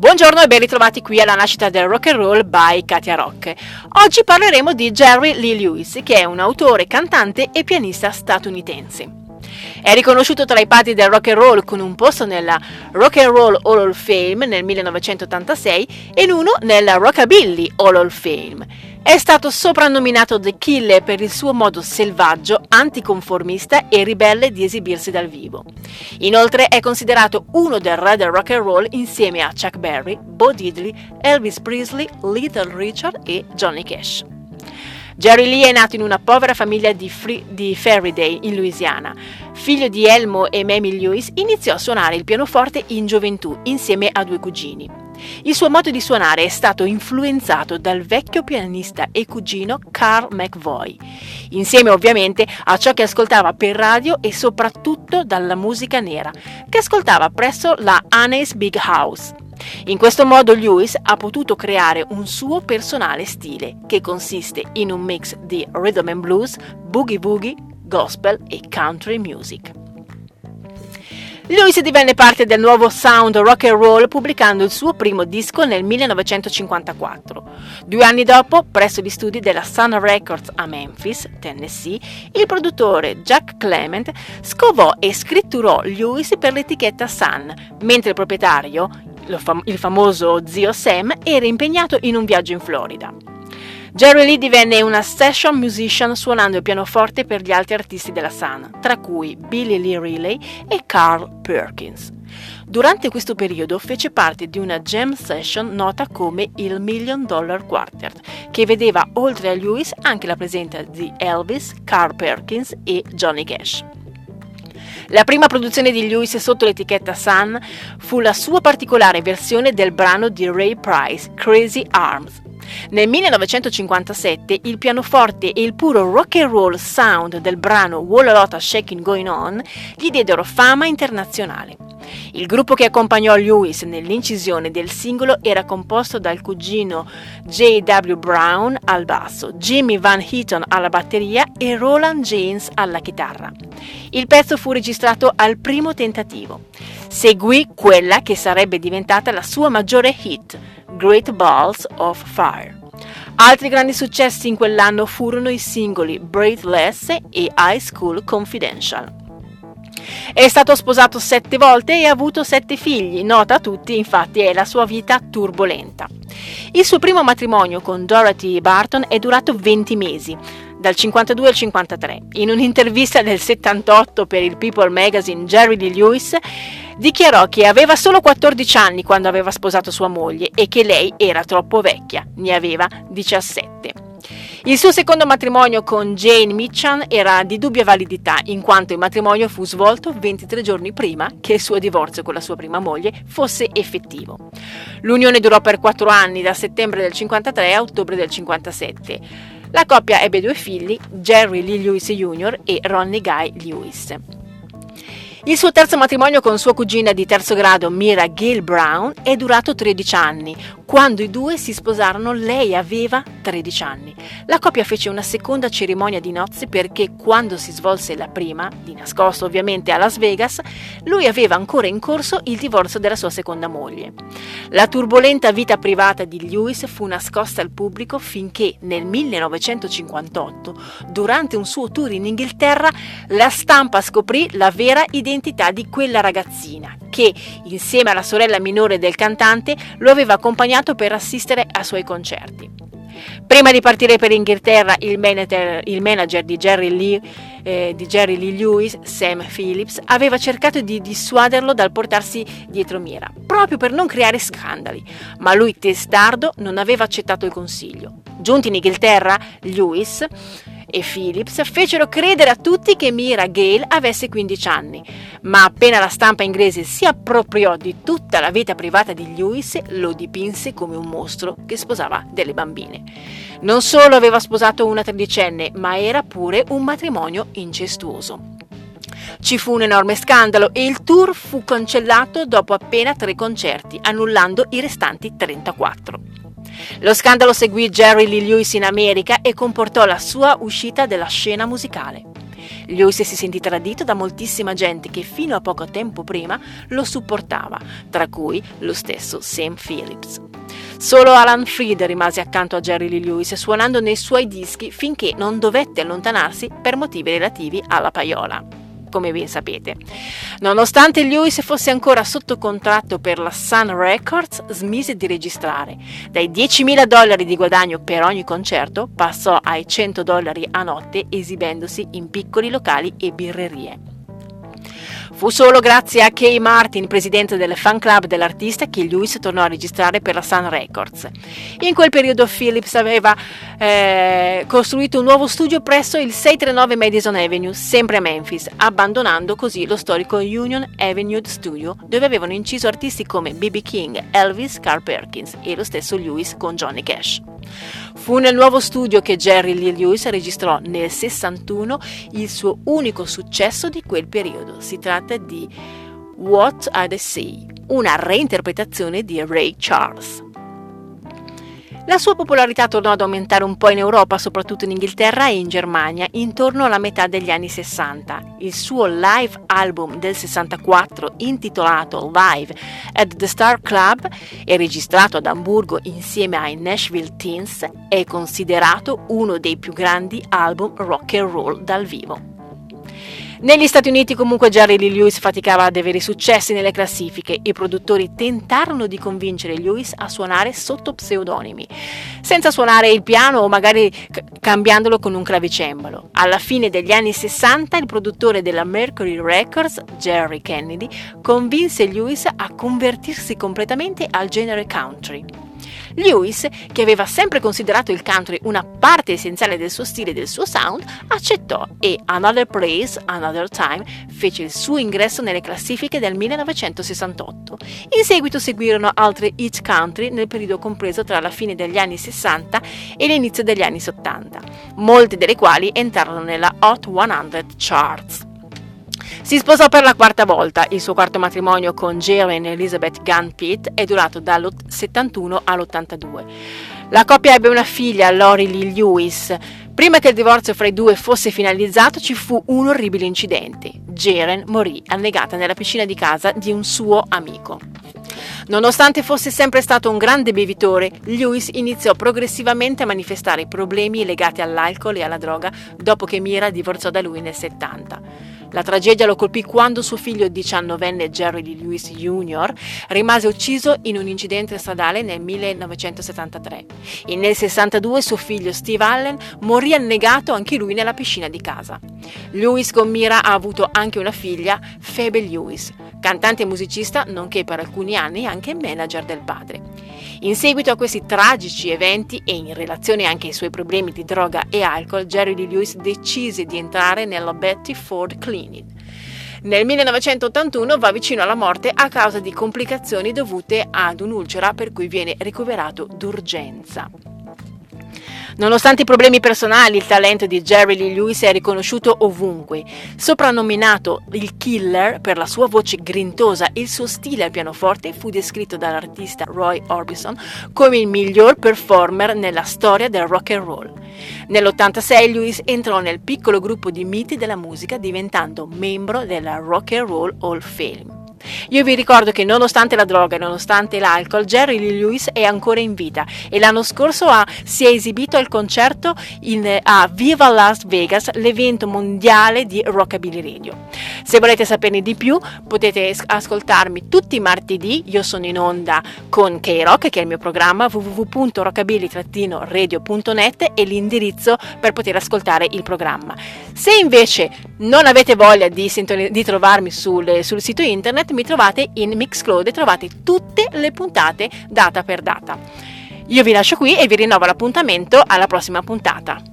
Buongiorno e ben ritrovati qui alla nascita del rock and roll by Katia Rock. Oggi parleremo di Jerry Lee Lewis, che è un autore, cantante e pianista statunitense. È riconosciuto tra i padri del rock and roll con un posto nella Rock and Roll Hall of Fame nel 1986 e uno nella Rockabilly Hall of Fame. È stato soprannominato The Killer per il suo modo selvaggio, anticonformista e ribelle di esibirsi dal vivo. Inoltre è considerato uno del re del rock and roll insieme a Chuck Berry, Bo Diddley, Elvis Presley, Little Richard e Johnny Cash. Jerry Lee è nato in una povera famiglia di Ferriday, in Louisiana. Figlio di Elmo e Mamie Lewis, iniziò a suonare il pianoforte in gioventù insieme a due cugini. Il suo modo di suonare è stato influenzato dal vecchio pianista e cugino Carl McVoy, insieme ovviamente a ciò che ascoltava per radio e soprattutto dalla musica nera, che ascoltava presso la Annie's Big House. In questo modo Lewis ha potuto creare un suo personale stile, che consiste in un mix di rhythm and blues, boogie woogie, gospel e country music. Lewis divenne parte del nuovo sound rock and roll pubblicando il suo primo disco nel 1954. 2 anni dopo, presso gli studi della Sun Records a Memphis, Tennessee, il produttore Jack Clement scovò e scritturò Lewis per l'etichetta Sun, mentre il proprietario, il famoso zio Sam, era impegnato in un viaggio in Florida. Jerry Lee divenne una session musician suonando il pianoforte per gli altri artisti della Sun, tra cui Billy Lee Riley e Carl Perkins. Durante questo periodo fece parte di una jam session nota come il $1 Million Quartet, che vedeva oltre a Lewis anche la presenza di Elvis, Carl Perkins e Johnny Cash. La prima produzione di Lewis sotto l'etichetta Sun fu la sua particolare versione del brano di Ray Price, Crazy Arms. Nel 1957 il pianoforte e il puro rock and roll sound del brano Whole Lotta Shakin' Going On gli diedero fama internazionale. Il gruppo che accompagnò Lewis nell'incisione del singolo era composto dal cugino J.W. Brown al basso, Jimmy Van Eaton alla batteria e Roland James alla chitarra. Il pezzo fu registrato al primo tentativo. Seguì quella che sarebbe diventata la sua maggiore hit, Great Balls of Fire. Altri grandi successi in quell'anno furono i singoli Breathless e High School Confidential. È stato sposato 7 volte e ha avuto 7 figli, nota a tutti infatti è la sua vita turbolenta. Il suo primo matrimonio con Dorothy Barton è durato 20 mesi, dal 52 al 53. In un'intervista del 78 per il People Magazine, Jerry Lee Lewis dichiarò che aveva solo 14 anni quando aveva sposato sua moglie e che lei era troppo vecchia, ne aveva 17. Il suo secondo matrimonio con Jane Mitcham era di dubbia validità, in quanto il matrimonio fu svolto 23 giorni prima che il suo divorzio con la sua prima moglie fosse effettivo. L'unione durò per 4 anni, da settembre del 53 a ottobre del 57. La coppia ebbe 2 figli, Jerry Lee Lewis Jr. e Ronnie Guy Lewis. Il suo terzo matrimonio con sua cugina di terzo grado, Mira Gail Brown, è durato 13 anni. Quando i due si sposarono, lei aveva 13 anni. La coppia fece una seconda cerimonia di nozze perché quando si svolse la prima, di nascosto ovviamente a Las Vegas, lui aveva ancora in corso il divorzio della sua seconda moglie. La turbolenta vita privata di Lewis fu nascosta al pubblico finché nel 1958, durante un suo tour in Inghilterra, la stampa scoprì la vera identità di quella ragazzina che, insieme alla sorella minore del cantante, lo aveva accompagnato per assistere ai suoi concerti. Prima di partire per Inghilterra, il manager di Jerry Lee Lewis, Sam Phillips, aveva cercato di dissuaderlo dal portarsi dietro Mira, proprio per non creare scandali, ma lui, testardo, non aveva accettato il consiglio. Giunti in Inghilterra, Lewis e Phillips fecero credere a tutti che Mira Gail avesse 15 anni, ma appena la stampa inglese si appropriò di tutta la vita privata di Lewis, lo dipinse come un mostro che sposava delle bambine. Non solo aveva sposato una tredicenne, ma era pure un matrimonio incestuoso. Ci fu un enorme scandalo e il tour fu cancellato dopo appena 3 concerti, annullando i restanti 34. Lo scandalo seguì Jerry Lee Lewis in America e comportò la sua uscita dalla scena musicale. Lewis si sentì tradito da moltissima gente che fino a poco tempo prima lo supportava, tra cui lo stesso Sam Phillips. Solo Alan Freed rimase accanto a Jerry Lee Lewis, suonando nei suoi dischi finché non dovette allontanarsi per motivi relativi alla paiola, come ben sapete. Nonostante Lewis fosse ancora sotto contratto per la Sun Records, smise di registrare. Dai $10.000 di guadagno per ogni concerto passò ai $100 a notte, esibendosi in piccoli locali e birrerie. Fu solo grazie a Kay Martin, presidente del fan club dell'artista, che Lewis tornò a registrare per la Sun Records. In quel periodo Phillips aveva costruito un nuovo studio presso il 639 Madison Avenue, sempre a Memphis, abbandonando così lo storico Union Avenue Studio, dove avevano inciso artisti come B.B. King, Elvis, Carl Perkins e lo stesso Lewis con Johnny Cash. Fu nel nuovo studio che Jerry Lee Lewis registrò nel 61 il suo unico successo di quel periodo. Si tratta di What I Say, una reinterpretazione di Ray Charles. La sua popolarità tornò ad aumentare un po' in Europa, soprattutto in Inghilterra e in Germania, intorno alla metà degli anni 60. Il suo live album del 64, intitolato Live at the Star Club e registrato ad Amburgo insieme ai Nashville Teens, è considerato uno dei più grandi album rock and roll dal vivo. Negli Stati Uniti comunque Jerry Lee Lewis faticava ad avere successi nelle classifiche. I produttori tentarono di convincere Lewis a suonare sotto pseudonimi, senza suonare il piano o magari cambiandolo con un clavicembalo. Alla fine degli anni 60 il produttore della Mercury Records, Jerry Kennedy, convinse Lewis a convertirsi completamente al genere country. Lewis, che aveva sempre considerato il country una parte essenziale del suo stile e del suo sound, accettò e Another Place, Another Time fece il suo ingresso nelle classifiche del 1968. In seguito seguirono altre hit country nel periodo compreso tra la fine degli anni 60 e l'inizio degli anni 70, molte delle quali entrarono nella Hot 100 Charts. Si sposò per la quarta volta. Il suo quarto matrimonio con Jane Elizabeth Gunn Pitt è durato dal 71 all'82. La coppia ebbe una figlia, Lori Lee Lewis. Prima che il divorzio fra i due fosse finalizzato ci fu un orribile incidente. Jane morì annegata nella piscina di casa di un suo amico. Nonostante fosse sempre stato un grande bevitore, Lewis iniziò progressivamente a manifestare problemi legati all'alcol e alla droga dopo che Mira divorziò da lui nel 70. La tragedia lo colpì quando suo figlio 19enne Jerry Lee Lewis Jr. rimase ucciso in un incidente stradale nel 1973 e nel 62 suo figlio Steve Allen morì annegato anche lui nella piscina di casa. Lewis con Mira ha avuto anche una figlia, Phoebe Lewis, cantante e musicista nonché per alcuni anni anche manager del padre. In seguito a questi tragici eventi e in relazione anche ai suoi problemi di droga e alcol, Jerry Lee Lewis decise di entrare nella Betty Ford Clinic. Nel 1981 va vicino alla morte a causa di complicazioni dovute ad un'ulcera per cui viene ricoverato d'urgenza. Nonostante i problemi personali, il talento di Jerry Lee Lewis è riconosciuto ovunque. Soprannominato il Killer per la sua voce grintosa e il suo stile al pianoforte, fu descritto dall'artista Roy Orbison come il miglior performer nella storia del rock and roll. Nell'86 Lewis entrò nel piccolo gruppo di miti della musica, diventando membro della Rock and Roll Hall of Fame. Io vi ricordo che nonostante la droga e nonostante l'alcol, Jerry Lee Lewis è ancora in vita e l'anno scorso si è esibito al concerto a Viva Las Vegas, l'evento mondiale di Rockabilly Radio. Se volete saperne di più potete ascoltarmi tutti i martedì. Io sono in onda con K-Rock, che è il mio programma, www.rockabilly-radio.net è l'indirizzo per poter ascoltare il programma. Se invece non avete voglia di trovarmi sul sito internet, mi trovate in Mixcloud e trovate tutte le puntate data per data. Io vi lascio qui e vi rinnovo l'appuntamento alla prossima puntata.